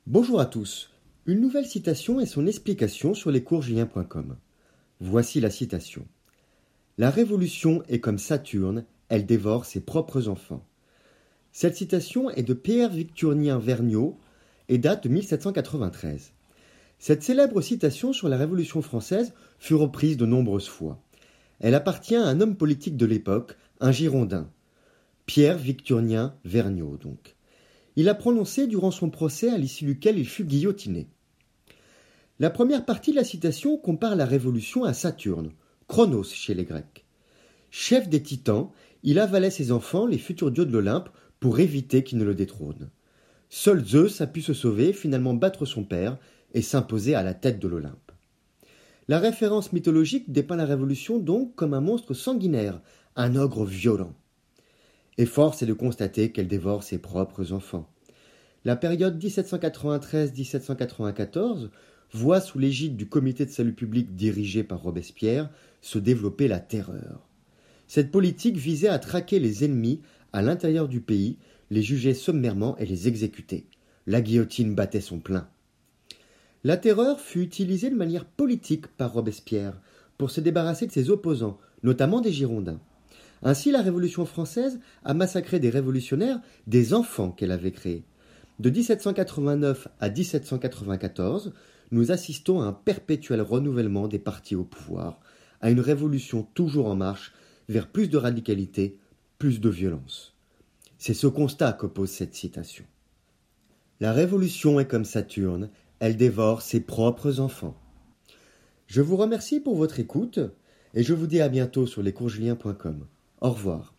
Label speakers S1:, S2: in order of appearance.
S1: Bonjour à tous. Une nouvelle citation et son explication sur lescoursjulien.com. Voici la citation. La révolution est comme Saturne, elle dévore ses propres enfants. Cette citation est de Pierre Victurnien Vergniaud et date de 1793. Cette célèbre citation sur la Révolution française fut reprise de nombreuses fois. Elle appartient à un homme politique de l'époque, un Girondin. Pierre Victurnien Vergniaud, donc. Il a prononcé durant son procès à l'issue duquel il fut guillotiné. La première partie de la citation compare la révolution à Saturne, Chronos chez les Grecs. Chef des titans, il avalait ses enfants, les futurs dieux de l'Olympe, pour éviter qu'ils ne le détrônent. Seul Zeus a pu se sauver, finalement battre son père et s'imposer à la tête de l'Olympe. La référence mythologique dépeint la révolution donc comme un monstre sanguinaire, un ogre violent. Et force est de constater qu'elle dévore ses propres enfants. La période 1793-1794 voit sous l'égide du Comité de salut public dirigé par Robespierre se développer la terreur. Cette politique visait à traquer les ennemis à l'intérieur du pays, les juger sommairement et les exécuter. La guillotine battait son plein. La terreur fut utilisée de manière politique par Robespierre pour se débarrasser de ses opposants, notamment des Girondins. Ainsi, la Révolution française a massacré des révolutionnaires, des enfants qu'elle avait créés. De 1789 à 1794, nous assistons à un perpétuel renouvellement des partis au pouvoir, à une révolution toujours en marche vers plus de radicalité, plus de violence. C'est ce constat qu'oppose cette citation. La révolution est comme Saturne, elle dévore ses propres enfants. Je vous remercie pour votre écoute et je vous dis à bientôt sur lescoursjulien.com. Au revoir.